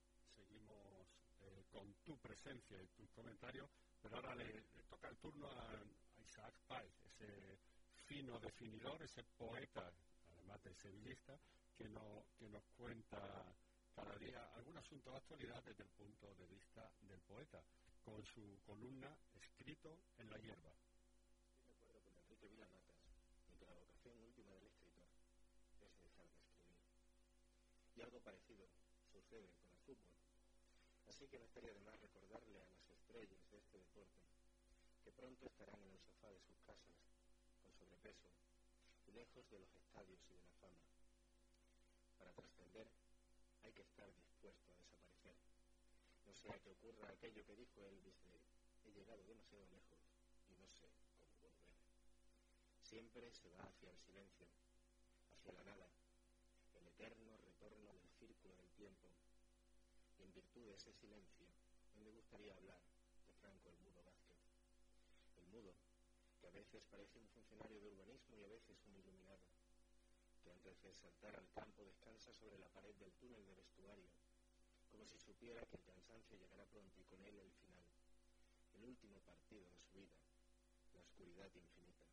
con tu presencia y tus comentarios, pero ahora le toca el turno a Isaac Páez, ese fino definidor, ese poeta, además de sevillista, que nos cuenta cada día algún asunto de actualidad desde el punto de vista del poeta, con su columna Escrito en la hierba. Estoy de acuerdo con Enrique Villamatas en que la vocación última del escritor es dejar de escribir. Y algo parecido sucede con el fútbol. Así que no estaría de más recordarle a las estrellas de este deporte que pronto estarán en el sofá de sus casas, con sobrepeso, y lejos de los estadios y de la fama. Para trascender hay que estar dispuesto a desaparecer. No sea que ocurra aquello que dijo Elvis de he llegado demasiado lejos y no sé cómo volver. Siempre se va hacia el silencio, hacia la nada, el eterno retorno del círculo del tiempo. Y en virtud de ese silencio, hoy me gustaría hablar de Franco el Mudo Vázquez. El mudo, que a veces parece un funcionario de urbanismo y a veces un iluminado, que antes de saltar al campo descansa sobre la pared del túnel de vestuario, como si supiera que el cansancio llegará pronto y con él el final, el último partido de su vida, la oscuridad infinita.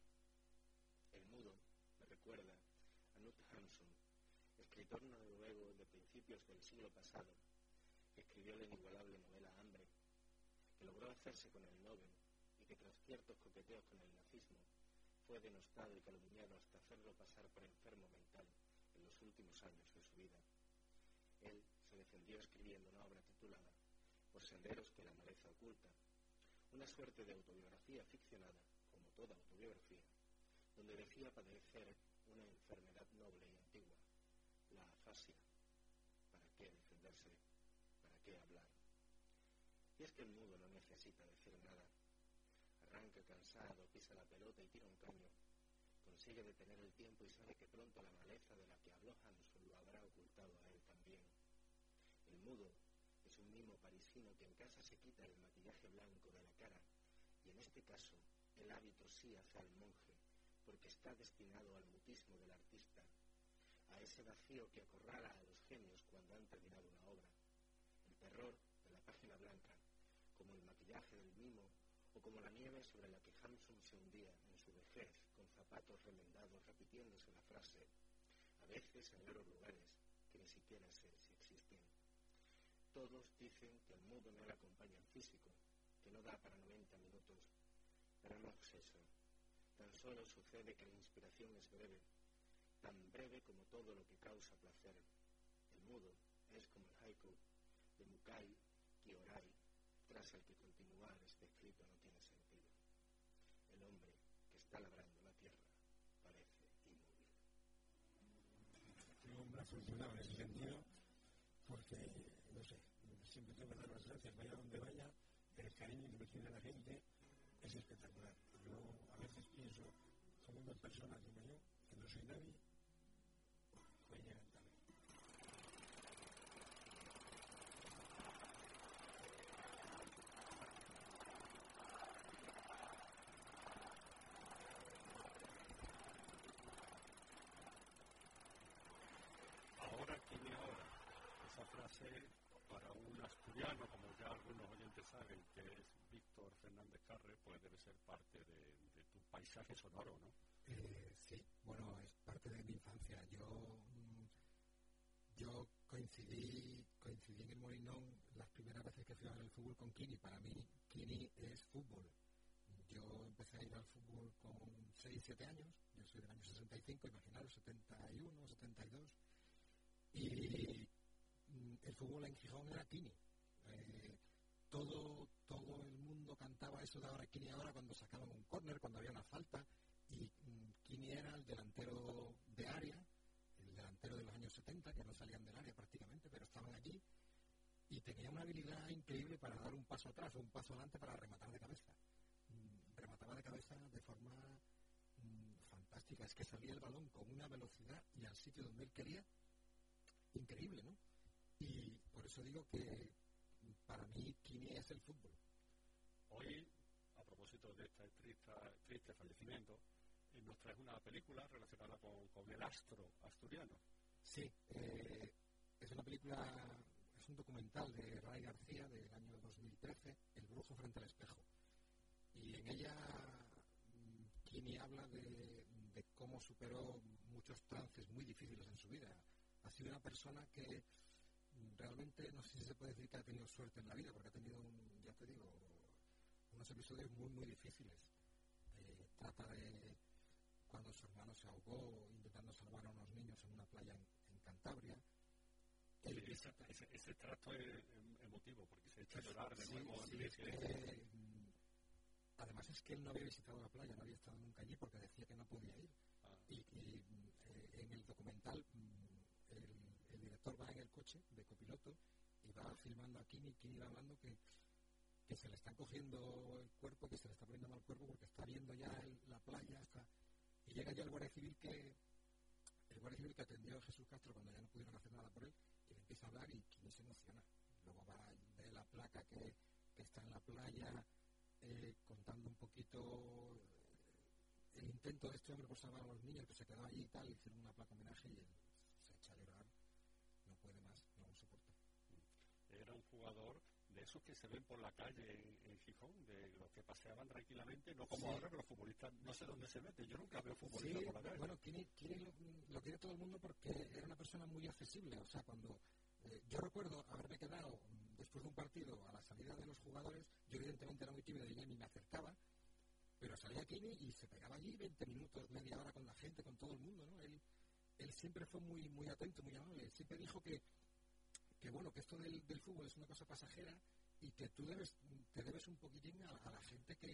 El mudo me recuerda a Knut Hamsun, escritor noruego de principios del siglo pasado, que escribió la inigualable novela Hambre, que logró hacerse con el Nobel y que tras ciertos coqueteos con el nazismo fue denostado y calumniado hasta hacerlo pasar por enfermo mental en los últimos años de su vida. Él se defendió escribiendo una obra titulada Por senderos que la maleza oculta, una suerte de autobiografía ficcionada, como toda autobiografía, donde decía padecer una enfermedad noble y antigua, la afasia. ¿Para qué defenderse? ¿Para qué hablar? Y es que el mudo no necesita decir nada. Arranca cansado, pisa la pelota y tira un caño. Consigue detener el tiempo y sabe que pronto la maleza de la que habló Hamsun lo habrá ocultado a él también. El mudo es un mimo parisino que en casa se quita el maquillaje blanco de la cara y en este caso el hábito sí hace al monje, porque está destinado al mutismo del artista, a ese vacío que acorrala a los genios cuando han terminado una obra. El terror de la página blanca, como el maquillaje del mimo o como la nieve sobre la que Hamsun se hundía en su vejez con zapatos remendados repitiéndose la frase, a veces en raros lugares que ni siquiera sé si existen. Todos dicen que el mudo no le acompaña en físico, que no da para 90 minutos, pero no es eso. Tan solo sucede que la inspiración es breve, tan breve como todo lo que causa placer. El mudo es como el haiku de Mukai Kyorai, tras el que continuar este escrito no tiene sentido. El hombre que está labrando la tierra parece inmóvil. Soy un hombre afortunado en ese sentido, porque, no sé, siempre tengo que dar las gracias, vaya donde vaya, el cariño que me tiene la gente es espectacular. Yo a veces pienso, como una persona como yo, que no soy nadie, fue llegar tarde. Ahora tiene ahora. Esa frase para un asturiano, como ya algunos oyentes saben, que es Víctor Fernández Carre, pues debe ser parte de tu paisaje sonoro, ¿no? Sí, coincidí en el Molinón las primeras veces que fui a ver el fútbol con Kini. Para mí, Kini es fútbol. Yo empecé a ir al fútbol con 6, 7 años. Yo soy del año 65, imaginaros, 71, 72. Y el fútbol en Gijón era Kini. Todo el mundo cantaba eso de ahora Kini ahora cuando sacaban un córner, cuando había una falta. Y Kini era el delantero de área, el delantero de los años 70, que no salían del área prácticamente, pero estaban allí. Y tenía una habilidad increíble para dar un paso atrás o un paso adelante para rematar de cabeza. Remataba de cabeza de forma fantástica. Es que salía el balón con una velocidad y al sitio donde él quería, increíble, ¿no? Y por eso digo que para mí Kini es el fútbol. Hoy, a propósito de este triste fallecimiento, nos traes una película relacionada con el astro asturiano. Sí, es una película, es un documental de Ray García del año 2013, El brujo frente al espejo. Y en ella Kini habla de cómo superó muchos trances muy difíciles en su vida. Ha sido una persona que realmente, no sé si se puede decir que ha tenido suerte en la vida, porque ha tenido, ya te digo, unos episodios muy, muy difíciles. Trata de cuando su hermano se ahogó intentando salvar a unos niños en una playa en Cantabria. Ese trato es emotivo, porque se echa a llorar de nuevo. Además es que él no había visitado la playa, no había estado nunca allí porque decía que no podía ir. Y en el documental el director va en el coche de copiloto y va filmando a Kini va hablando que se le están cogiendo el cuerpo, que se le está poniendo mal el cuerpo porque está viendo ya la playa, y llega ya el guardia civil que atendió a Jesús Castro cuando ya no pudieron hacer nada por él, y le empieza a hablar y Kini se emociona. Luego va de la placa que está en la playa, contando un poquito el intento de este hombre por salvar a los niños, que se quedó allí y tal, hicieron una placa homenaje y él se echa a llorar, no puede más, no lo soporta. Era un jugador de esos que se ven por la calle en Gijón, de los que paseaban tranquilamente, no como ahora que los futbolistas no sé dónde se meten. Yo nunca veo futbolistas por la calle. Bueno, Kini lo quiere todo el mundo porque era una persona muy accesible. O sea, cuando yo recuerdo haberme quedado después de un partido a la salida de los jugadores, yo evidentemente era muy tímido y ni me acercaba, pero salía Kini y se pegaba allí 20 minutos, media hora con la gente, con todo el mundo, ¿no? Él siempre fue muy, muy atento, muy amable. Siempre dijo que bueno, que esto del fútbol es una cosa pasajera y que tú te debes un poquitín a la gente que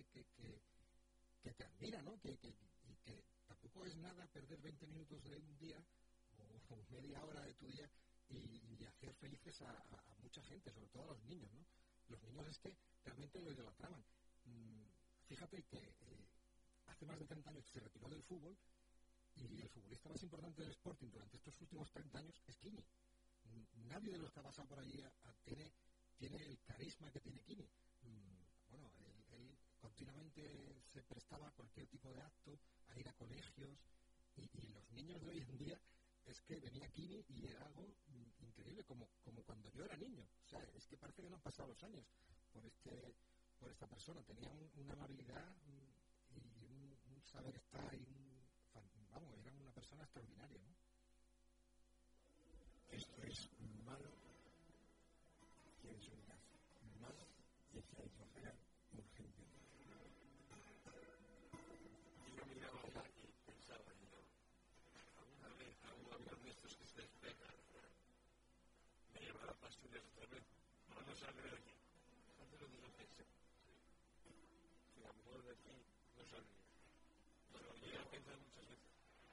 te admira, ¿no? Y que tampoco es nada perder 20 minutos de un día o media hora de tu día y hacer felices a mucha gente, sobre todo a los niños, ¿no? Los niños es que realmente lo idolatraban. Fíjate que hace más de 30 años que se retiró del fútbol y el futbolista más importante del Sporting durante estos últimos 30 años es Kini. Nadie de los que ha pasado por allí tiene el carisma que tiene Kini. Bueno, él continuamente se prestaba a cualquier tipo de acto, a ir a colegios, y los niños de hoy en día es que venía Kini y era algo increíble, como cuando yo era niño. O sea, es que parece que no han pasado los años por esta persona. Tenía una amabilidad y un saber estar y era una persona extraordinaria, ¿no? Esto es malo, quieres un gas malo y se ha hecho real urgente. Y yo miraba allá y pensaba, alguna vez a un avión de estos que se despega me llevará a Asturias otra vez. No sale de aquí. Antes lo dice, si a lo mejor de aquí no sale. Pero yo he pensado muchas veces.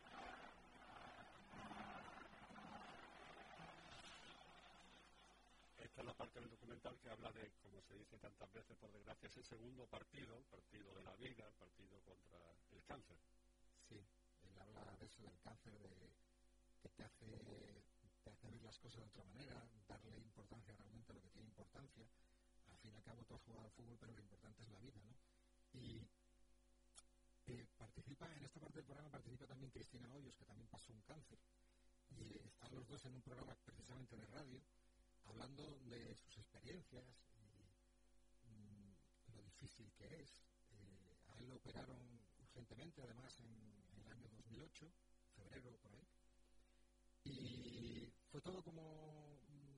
Esta es la parte del documental que habla de, como se dice tantas veces, por desgracia, ese segundo partido, el partido de la vida, el partido contra el cáncer. Sí, él habla de eso, del cáncer, que te hace ver las cosas de otra manera, darle importancia realmente a lo que tiene importancia. Al fin y al cabo tú has jugado al fútbol, pero lo importante es la vida, ¿no? Y participa, en esta parte del programa participa también Cristina Hoyos, que también pasó un cáncer. Y están los dos en un programa precisamente de radio, hablando de sus experiencias y lo difícil que es. A él lo operaron urgentemente, además en el año 2008, febrero por ahí, y fue todo como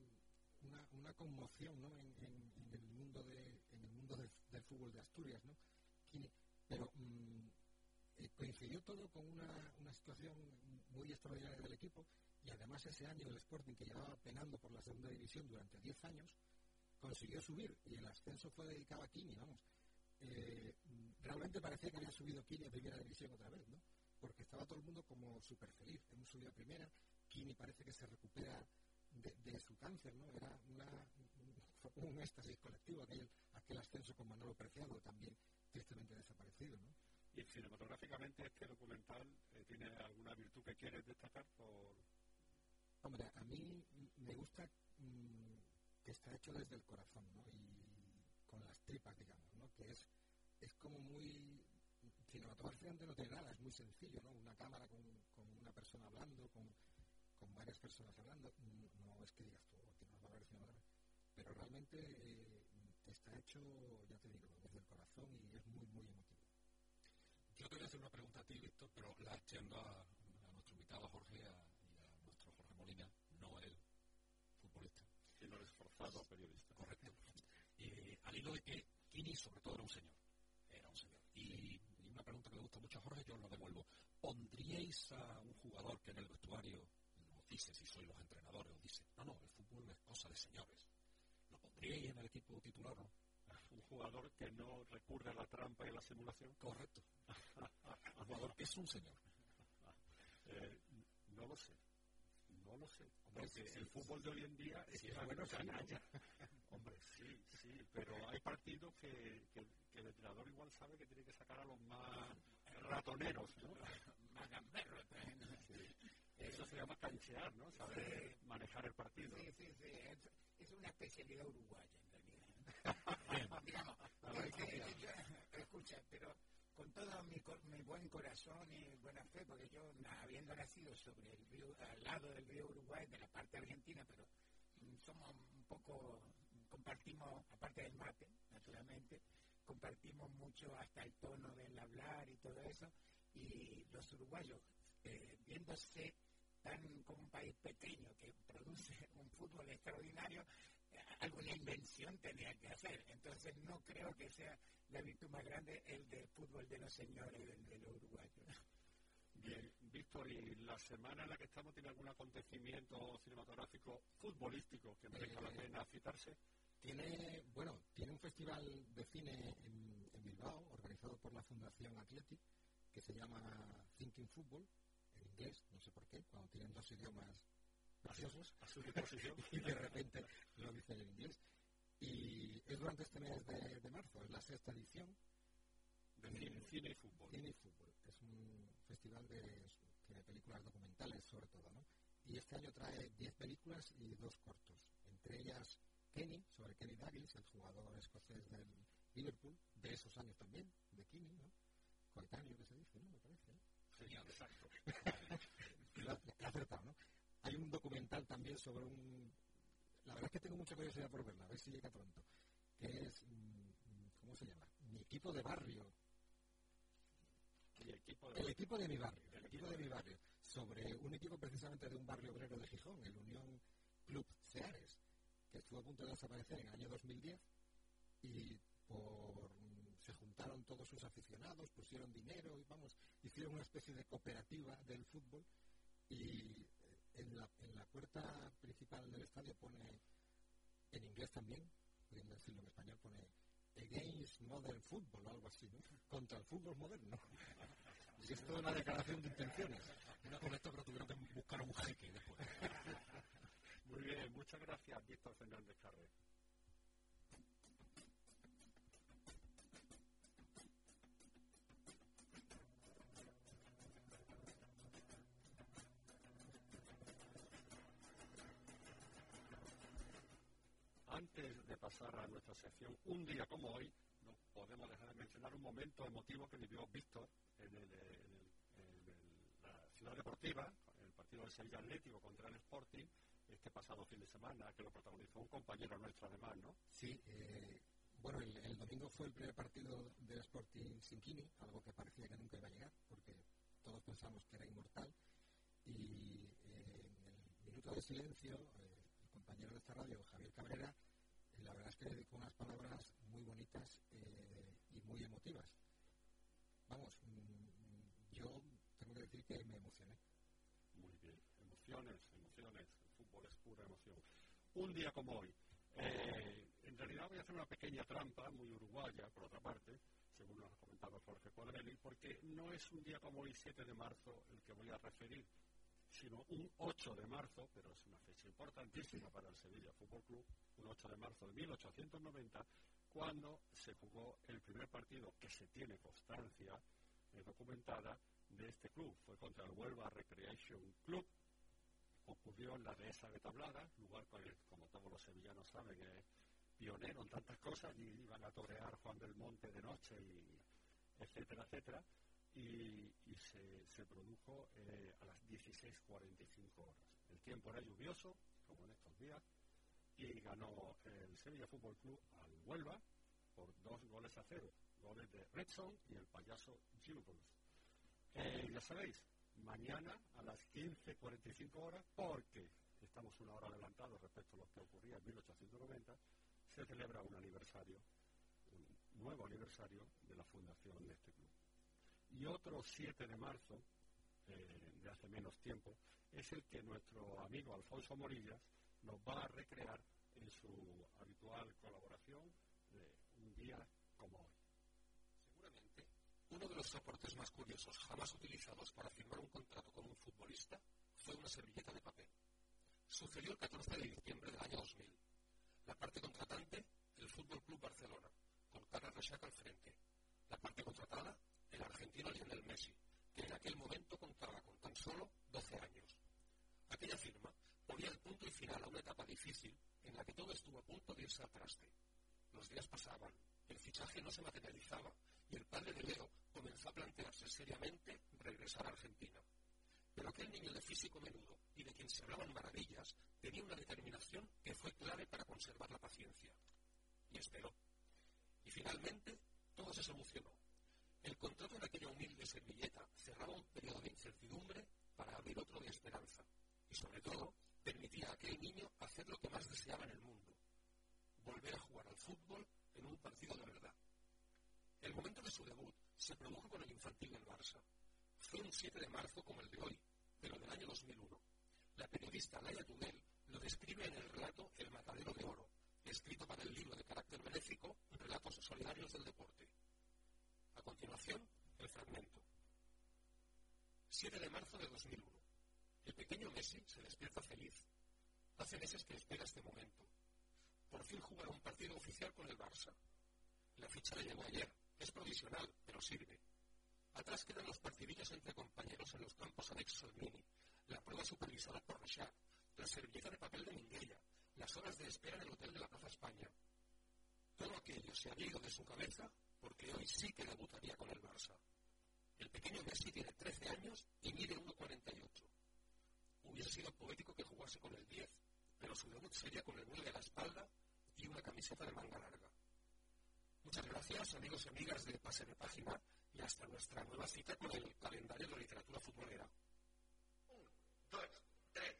una conmoción, ¿no? en el mundo del fútbol de Asturias, ¿no? Pero coincidió todo con una situación muy extraordinaria del equipo, y además ese año el Sporting, que llevaba penando por la segunda división durante 10 años, consiguió subir, y el ascenso fue dedicado a Quini, vamos. Realmente parecía que había subido Quini a primera división otra vez, ¿no? Porque estaba todo el mundo como súper feliz. Hemos subido a primera, Quini parece que se recupera de su cáncer, ¿no? Era un éxtasis colectivo aquel ascenso con Manolo Preciado, también tristemente desaparecido, ¿no? Y cinematográficamente este documental tiene alguna virtud que quieres destacar por... Hombre, a mí me gusta que está hecho desde el corazón, ¿no? Y con las tripas, digamos, ¿no? Que es como muy... Cinematográficamente no tiene nada, es muy sencillo, ¿no? Una cámara con una persona hablando, con varias personas hablando. No es que digas tú, tiene unos valores cinematográficos, pero realmente está hecho, ya te digo, desde el corazón, y es muy, muy emotivo. Yo te voy a hacer una pregunta a ti, Víctor, pero la extiendo a nuestro invitado Jorge y a nuestro Jorge Molina, no el futbolista. Sino el esforzado periodista. Correcto. Al hilo de que Quini sobre todo era un señor. Y una pregunta que le gusta mucho a Jorge, yo os la devuelvo. ¿Pondríais a un jugador que en el vestuario os dice, si sois los entrenadores, os dice, no, el fútbol es cosa de señores? ¿Lo pondríais en el equipo titular, no? Un jugador que no recurre a la trampa y a la simulación. Correcto. Un jugador que es un señor. No lo sé. Porque el fútbol de hoy en día es bueno canalla. Hombre, sí, pero hay partidos que el entrenador igual sabe que tiene que sacar a los más ratoneros, ¿no? Más gamberros. Sí. Eso se llama canchear, ¿no? Saber manejar el partido. Sí. Es una especialidad uruguaya, en realidad. Digamos, escucha, pero con todo mi buen corazón y buena fe, porque yo, habiendo nacido sobre el río, al lado del río Uruguay, de la parte argentina, pero somos un poco, compartimos, aparte del mate, naturalmente, compartimos mucho hasta el tono del hablar y todo eso, y los uruguayos, viéndose tan como un país pequeño que produce un fútbol extraordinario, alguna invención tenía que hacer. Entonces no creo que sea la virtud más grande el del fútbol de los señores, de los uruguayos. Bien, Víctor, ¿y la semana en la que estamos tiene algún acontecimiento cinematográfico futbolístico que merezca la pena citarse? Tiene un festival de cine en Bilbao, organizado por la Fundación Athletic, que se llama Thinking Football, en inglés, no sé por qué, cuando tienen dos idiomas preciosos, a su disposición, y de repente lo dicen en inglés. Y es durante este mes de marzo, es la 6ª edición de cine y fútbol. Cine y fútbol. Es un festival de películas documentales, sobre todo, ¿no? Y este año trae 10 películas y 2 cortos, entre ellas Kenny, sobre Kenny Dalglish, el jugador escocés del Liverpool, de esos años también, de Kenny, ¿no? Coetáneo, que se dice, ¿no? Me parece, ¿no? Genial, exacto. Lo he acertado, ¿no? Hay un documental también sobre la verdad es que tengo mucha curiosidad por verla, a ver si llega pronto, que es, ¿cómo se llama? Mi equipo de barrio. El equipo de mi barrio, sobre un equipo precisamente de un barrio obrero de Gijón, el Unión Club Ceares, que estuvo a punto de desaparecer en el año 2010, y se juntaron todos sus aficionados, pusieron dinero y hicieron una especie de cooperativa del fútbol, y en la puerta principal del estadio pone, en inglés también, pudiendo decirlo en español, pone Against Modern Football o algo así, ¿no? Contra el fútbol moderno. Y es toda una declaración de intenciones. Una correcta, pero tuvieron que buscar un jeque después. Muy bien, muchas gracias, Víctor Fernández Carré. Antes de pasar a nuestra sección, un día como hoy, no podemos dejar de mencionar un momento emotivo que vivió Víctor en la ciudad deportiva, en el partido del Sevilla Atlético contra el Sporting, este pasado fin de semana, que lo protagonizó un compañero nuestro además, ¿no? Sí, el domingo fue el primer partido del Sporting sin Quini, algo que parecía que nunca iba a llegar, porque todos pensamos que era inmortal, y en el minuto de silencio, el compañero de esta radio, Javier Cabrera, la verdad es que dedicó unas palabras muy bonitas y muy emotivas. Vamos, yo tengo que decir que me emocioné. Muy bien, emociones. El fútbol es pura emoción. Un día como hoy. En realidad voy a hacer una pequeña trampa, muy uruguaya, por otra parte, según nos ha comentado Jorge Cuadrelli, porque no es un día como hoy, 7 de marzo, el que voy a referir, sino un 8 de marzo, pero es una fecha importantísima para el Sevilla Fútbol Club, un 8 de marzo de 1890, cuando se jugó el primer partido que se tiene constancia documentada de este club. Fue contra el Huelva Recreation Club. Ocurrió en la Dehesa de Tablada, lugar que, como todos los sevillanos saben, es pionero en tantas cosas, y iban a torear Juan del Monte de noche, y etcétera, etcétera, y se produjo a las 16:45 horas. El tiempo era lluvioso, como en estos días, y ganó el Sevilla Fútbol Club al Huelva por 2-0, goles de Redson y el payaso Jules. Ya sabéis, mañana a las 15:45 horas, porque estamos una hora adelantados respecto a lo que ocurría en 1890, se celebra un nuevo aniversario de la fundación de este club. Y otro 7 de marzo, de hace menos tiempo, es el que nuestro amigo Alfonso Morillas nos va a recrear en su habitual colaboración de un día como hoy. Seguramente, uno de los soportes más curiosos jamás utilizados para firmar un contrato con un futbolista fue una servilleta de papel. Sucedió el 14 de diciembre del año 2000. La parte contratante, el Fútbol Club Barcelona, con Carles Reixac al frente. La parte contratada, el argentino Lionel Messi, que en aquel momento contaba con tan solo 12 años. Aquella firma ponía el punto y final a una etapa difícil en la que todo estuvo a punto de irse al traste. Los días pasaban, el fichaje no se materializaba y el padre de Leo comenzó a plantearse seriamente regresar a Argentina. Pero aquel niño de físico menudo y de quien se hablaban maravillas tenía una determinación que fue clave para conservar la paciencia. Y esperó. Y finalmente todo se solucionó. El contrato en aquella humilde servilleta cerraba un periodo de incertidumbre para abrir otro de esperanza. Y sobre todo, permitía a aquel niño hacer lo que más deseaba en el mundo: volver a jugar al fútbol en un partido de verdad. El momento de su debut se produjo con el infantil del Barça. Fue un 7 de marzo como el de hoy, pero del año 2001. La periodista Laia Tudel lo describe en el relato El Matadero de Oro, escrito para el libro de carácter benéfico Relatos Solidarios del Deporte. A continuación, el fragmento. 7 de marzo de 2001. El pequeño Messi se despierta feliz. Hace meses que espera este momento. Por fin jugará un partido oficial con el Barça. La ficha le llegó ayer. Es provisional, pero sirve. Atrás quedan los partidillos entre compañeros en los campos anexos al Mini, la prueba supervisada por Reixac, la servilleta de papel de Minguella, las horas de espera en el hotel de la Plaza España. Todo aquello se había ido de su cabeza porque hoy sí que debutaría con el Barça. El pequeño Messi tiene 13 años y mide 1,48. Hubiese sido poético que jugase con el 10, pero su debut sería con el 9 a la espalda y una camiseta de manga larga. Muchas gracias, amigos y amigas de Pase de Página, y hasta nuestra nueva cita con el calendario de la literatura futbolera. 1, 2, 3.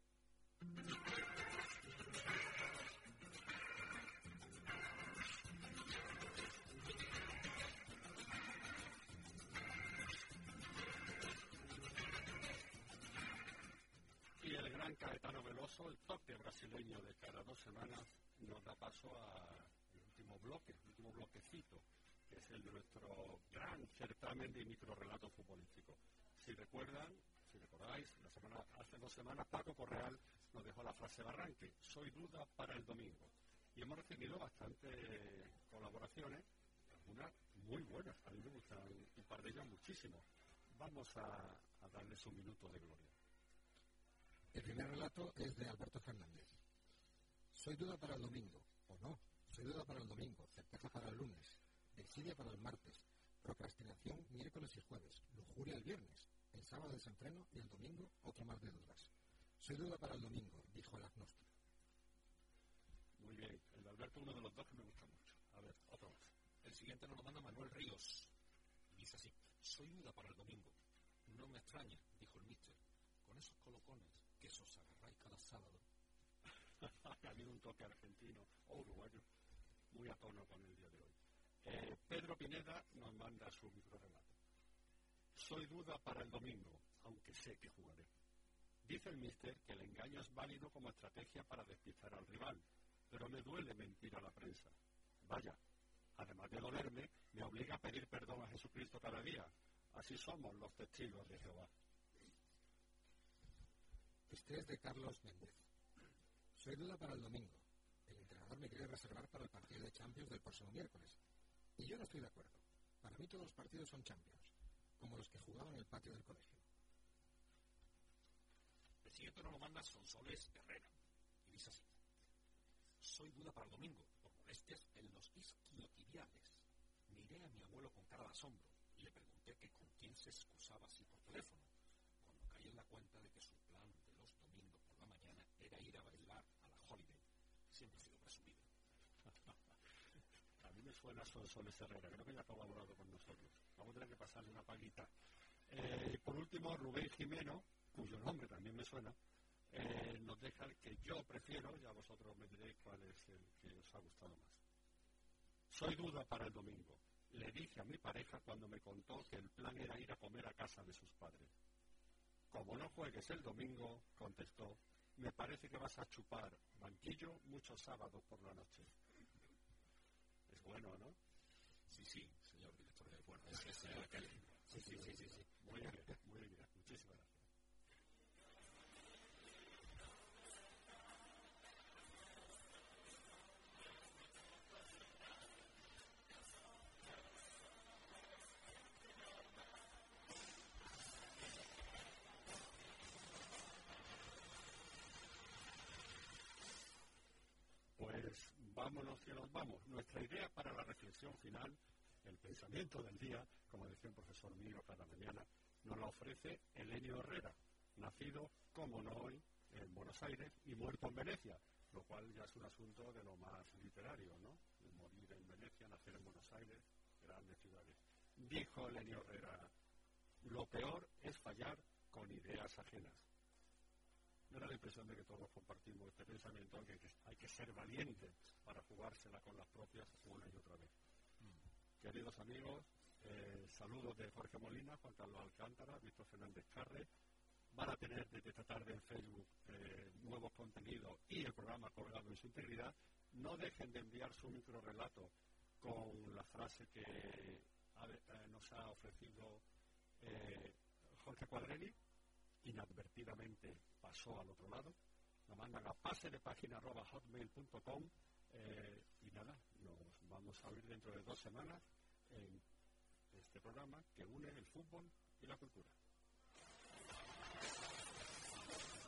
Y el gran Caetano Veloso, el toque brasileño de cada 2 semanas, nos da paso al último bloquecito, que es el de nuestro gran certamen de microrrelato futbolístico. Si recordáis, hace 2 semanas Paco Correal nos dejó la frase de arranque: soy duda para el domingo. Y hemos recibido bastantes colaboraciones, algunas muy buenas, a mí me gustan un par de ellas muchísimo. Vamos a darles un minuto de gloria. El primer relato es de Alberto Fernández. Soy duda para el domingo, o no. Soy duda para el domingo, certeza para el lunes, desidia para el martes, procrastinación miércoles y jueves, lujuria el viernes, el sábado desenfreno y el domingo otro más de dudas. Soy duda para el domingo, dijo el agnóstico. Muy bien, el de Alberto uno de los dos que me gusta mucho. A ver, otro más. El siguiente nos lo manda Manuel Ríos. Dice así: soy duda para el domingo. No me extraña, dijo el míster, con esos colocones que os agarráis cada sábado. Ha habido un toque argentino o uruguayo muy a tono con el día de hoy. Pedro Pineda nos manda su microrelato. Soy duda para el domingo, aunque sé que jugaré. Dice el míster que el engaño es válido como estrategia para despistar al rival, pero me duele mentir a la prensa. Vaya, además de dolerme, me obliga a pedir perdón a Jesucristo cada día. Así somos los testigos de Jehová. Este es de Carlos Méndez. Soy duda para el domingo. El entrenador me quiere reservar para el partido de Champions del próximo miércoles. Y yo no estoy de acuerdo. Para mí todos los partidos son Champions, como los que jugaban en el patio del colegio. El siguiente nos lo manda Sonsoles Herrera. Y dice así. Soy duda para el domingo, por molestias en los isquiotibiales. Miré a mi abuelo con cara de asombro y le pregunté que con quién se excusaba así por teléfono, cuando caí en la cuenta de que su plan de los domingos por la mañana era ir a bailar a la Holiday. Siempre ha sido presumido. A mí me suena Sonsoles Herrera, creo que ya ha colaborado con nosotros. Vamos a tener que pasarle una paguita. Y por último, Rubén Jimeno, cuyo nombre también me suena, nos deja el que yo prefiero, ya vosotros me diréis cuál es el que os ha gustado más. Soy duda para el domingo. Le dije a mi pareja cuando me contó que el plan era ir a comer a casa de sus padres. Como no juegues el domingo, contestó, me parece que vas a chupar banquillo muchos sábados por la noche. Es bueno, ¿no? Sí, señor director de bueno, es aquel. Sí. Muy bien. Muchísimas gracias. Pues vámonos que nos vamos. Nuestra idea para la reflexión final, el pensamiento del día, como decía un profesor mío cada mañana, nos la ofrece Elenio Herrera, nacido, como no hoy, en Buenos Aires y muerto en Venecia, lo cual ya es un asunto de lo más literario, ¿no? El morir en Venecia, nacer en Buenos Aires, grandes ciudades. Dijo Elenio Herrera, lo peor es fallar con ideas ajenas. Me da la impresión de que todos compartimos este pensamiento, que hay que ser valiente para jugársela con las propias una y otra vez. Queridos amigos, saludos de Jorge Molina, Juan Carlos Alcántara, Víctor Fernández Carre. Van a tener desde esta tarde en Facebook nuevos contenidos y el programa colgado en su integridad. No dejen de enviar su microrelato con la frase que nos ha ofrecido Jorge Cuadrelli. Inadvertidamente pasó al otro lado. Lo mandan a pasedepagina@hotmail.com y nada, nos vamos a oír dentro de 2 semanas en este programa que une el fútbol y la cultura.